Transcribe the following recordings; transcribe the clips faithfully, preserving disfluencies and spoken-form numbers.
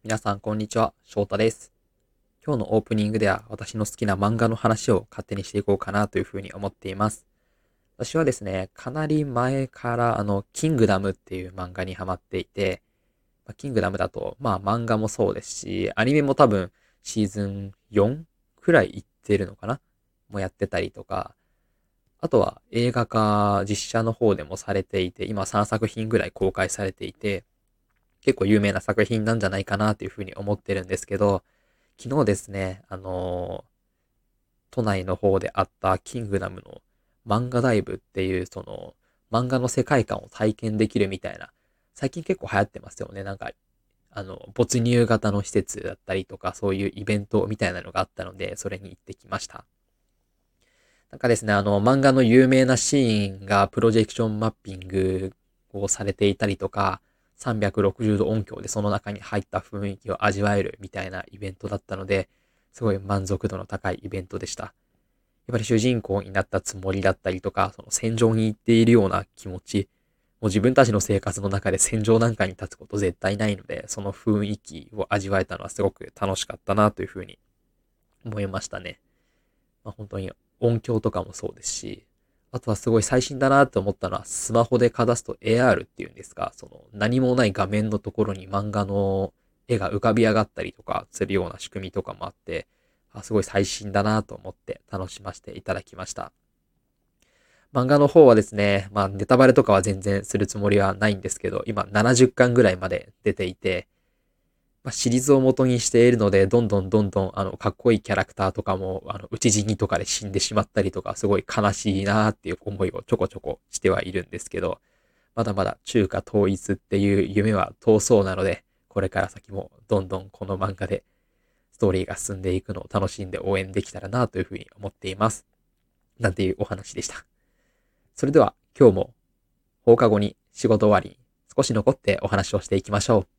皆さんこんにちは、翔太です。今日のオープニングでは私の好きな漫画の話を勝手にしていこうかなというふうに思っています。私はですね、かなり前からあの、キングダムっていう漫画にハマっていて、まあキングダムだと、まあ漫画もそうですし、アニメも多分シーズンよんくらい行ってるのかなもやってたりとか、あとは映画化実写の方でもされていて、今さんさく品ぐらい公開されていて、結構有名な作品なんじゃないかなというふうに思ってるんですけど、昨日ですね、あのー都内の方であったキングダムの漫画ダイブっていう、その、漫画の世界観を体験できるみたいな、最近結構流行ってますよね。なんか、あの、没入型の施設だったりとか、そういうイベントみたいなのがあったので、それに行ってきました。なんかですね、あの、漫画の有名なシーンがプロジェクションマッピングをされていたりとか、さんびゃくろくじゅうど音響でその中に入った雰囲気を味わえるみたいなイベントだったので、すごい満足度の高いイベントでした。やっぱり主人公になったつもりだったりとか、その戦場に行っているような気持ち、もう自分たちの生活の中で戦場なんかに立つこと絶対ないので、その雰囲気を味わえたのはすごく楽しかったなというふうに思いましたね。まあ、本当に音響とかもそうですし、あとはすごい最新だなって思ったのは、スマホでかざすと エーアール っていうんですか、その何もない画面のところに漫画の絵が浮かび上がったりとかするような仕組みとかもあって、あすごい最新だなと思って楽しませていただきました。漫画の方はですね、まあネタバレとかは全然するつもりはないんですけど、今ななじゅっかんぐらいまで出ていて、まあ、シリーズを元にしているので、どんどんどんどん、あの、かっこいいキャラクターとかも、あの、討ち死にとかで死んでしまったりとか、すごい悲しいなーっていう思いをちょこちょこしてはいるんですけど、まだまだ中華統一っていう夢は遠そうなので、これから先もどんどんこの漫画でストーリーが進んでいくのを楽しんで応援できたらなというふうに思っています。なんていうお話でした。それでは今日も放課後に仕事終わりに少し残ってお話をしていきましょう。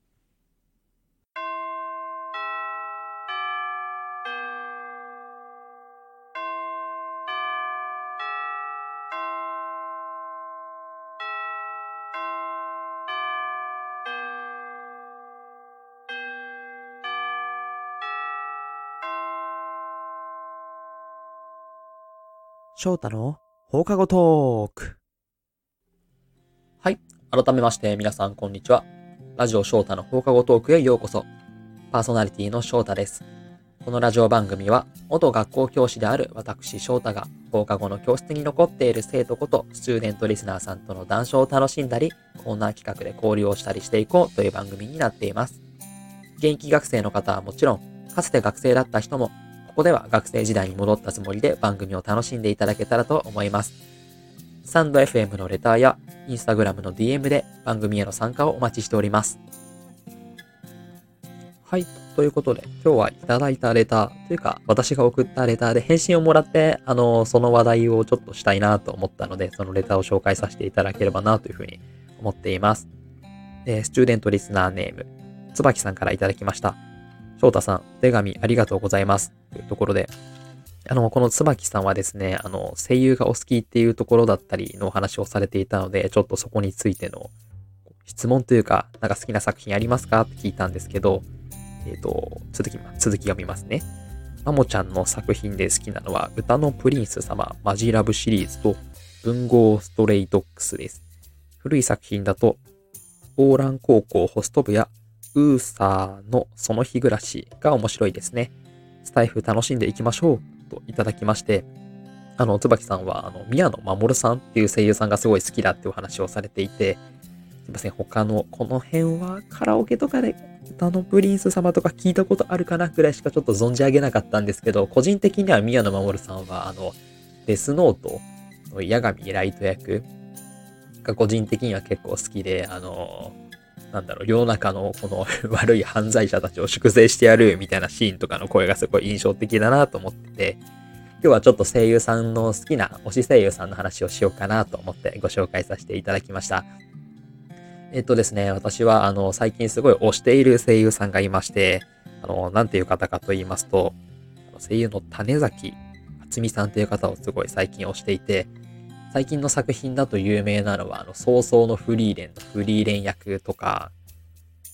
翔太の放課後トーク。はい。改めまして皆さんこんにちは。ラジオ翔太の放課後トークへようこそ。パーソナリティの翔太です。このラジオ番組は、元学校教師である私翔太が放課後の教室に残っている生徒ことスチューデントリスナーさんとの談笑を楽しんだり、コーナー企画で交流をしたりしていこうという番組になっています。現役学生の方はもちろん、かつて学生だった人も、ここでは学生時代に戻ったつもりで番組を楽しんでいただけたらと思います。スタンド エフエム のレターや、インスタグラムの ディーエム で番組への参加をお待ちしております。はい。ということで、今日はいただいたレターというか、私が送ったレターで返信をもらって、あの、その話題をちょっとしたいなと思ったので、そのレターを紹介させていただければなというふうに思っています。で、スチューデントリスナーネーム、つばきさんからいただきました。翔太さん、手紙ありがとうございます。というところで、あの、このつばきさんはですね、あの、声優がお好きっていうところだったりのお話をされていたので、ちょっとそこについての質問というか、なんか好きな作品ありますかって聞いたんですけど、えっ、と、続き、続き読みますね。マモちゃんの作品で好きなのは、歌のプリンス様、マジラブシリーズと、文豪ストレイドックスです。古い作品だと、オーラン高校ホスト部や、ウーサーのその日暮らしが面白いですね。スタイフ楽しんでいきましょう。といただきまして、あの、椿さんは、あの、宮野真守さんっていう声優さんがすごい好きだってお話をされていて、すいません、他の、この辺はカラオケとかで歌のプリンス様とか聞いたことあるかなぐらいしかちょっと存じ上げなかったんですけど、個人的には宮野真守さんは、あの、デスノートの八神ライト役が個人的には結構好きで、あの、なんだろう、世の中のこの悪い犯罪者たちを粛清してやるみたいなシーンとかの声がすごい印象的だなと思ってて、今日はちょっと声優さんの好きな推し声優さんの話をしようかなと思ってご紹介させていただきました。えっとですね、私はあの最近すごい推している声優さんがいまして、あの、なんていう方かと言いますと、声優の種崎厚美さんという方をすごい最近推していて、最近の作品だと有名なのは、あの、早々のフリーレンのフリーレン役とか、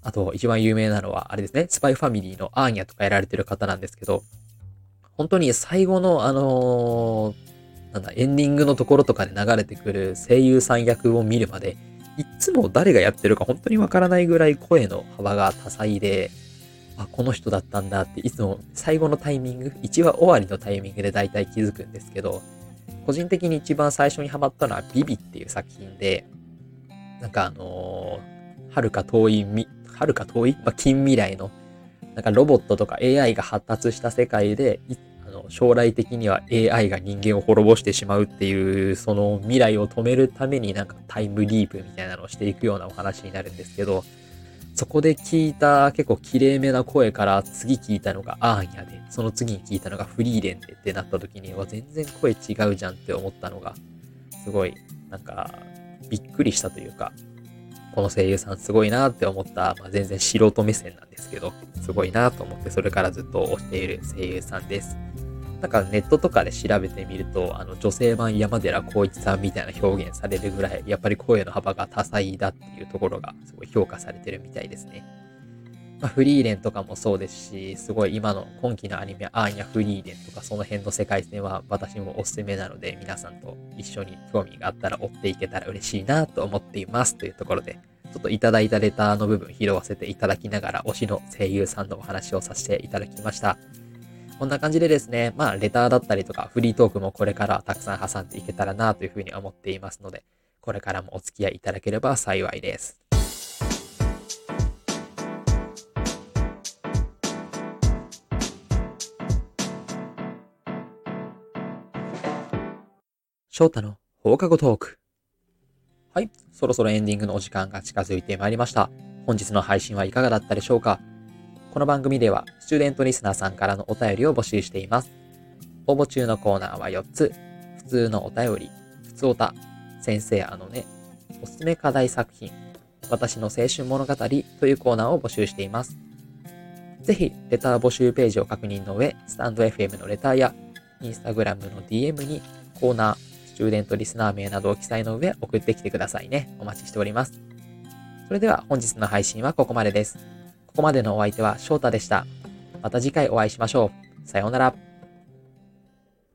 あと一番有名なのはあれですね、スパイファミリーのアーニャとかやられてる方なんですけど、本当に最後のあのーなんだ、エンディングのところとかで流れてくる声優さん役を見るまで、いっつも誰がやってるか本当にわからないぐらい声の幅が多彩で、あ、この人だったんだって、いつも最後のタイミング、いちわ終わりのタイミングで大体気づくんですけど、個人的に一番最初にハマったのはビビっていう作品で、なんかあのー、はるか遠いみ、はるか遠い、まあ、近未来の、なんかロボットとか エーアイ が発達した世界で、あの将来的には エーアイ が人間を滅ぼしてしまうっていう、その未来を止めるためになんかタイムリープみたいなのをしていくようなお話になるんですけど、そこで聞いた結構綺麗めな声から次聞いたのがアーニャで、その次に聞いたのがフリーレンでってなった時に、わ、全然声違うじゃんって思ったのが、すごい、なんか、びっくりしたというか、この声優さんすごいなって思った、まあ、全然素人目線なんですけど、すごいなと思ってそれからずっと推している声優さんです。なんかネットとかで調べてみると、あの女性版山寺宏一さんみたいな表現されるぐらい、やっぱり声の幅が多彩だっていうところがすごい評価されてるみたいですね。まあ、フリーレンとかもそうですし、すごい今の今期のアニメ、アーニャフリーレンとかその辺の世界線は私もおすすめなので、皆さんと一緒に興味があったら追っていけたら嬉しいなと思っていますというところで、ちょっといただいたレターの部分拾わせていただきながら推しの声優さんのお話をさせていただきました。こんな感じでですね、まあレターだったりとかフリートークもこれからたくさん挟んでいけたらなというふうに思っていますので、これからもお付き合いいただければ幸いです。翔太の放課後トーク。はい、そろそろエンディングのお時間が近づいてまいりました。本日の配信はいかがだったでしょうか？この番組では、スチューデントリスナーさんからのお便りを募集しています。応募中のコーナーはよっつ。普通のお便り、普通おた、先生あのね、おすすめ課題作品、私の青春物語というコーナーを募集しています。ぜひ、レター募集ページを確認の上、スタンド エフエム のレターや、インスタグラムの ディーエム にコーナー、スチューデントリスナー名などを記載の上送ってきてくださいね。お待ちしております。それでは本日の配信はここまでです。ここまでのお相手は翔太でした。また次回お会いしましょう。さようなら。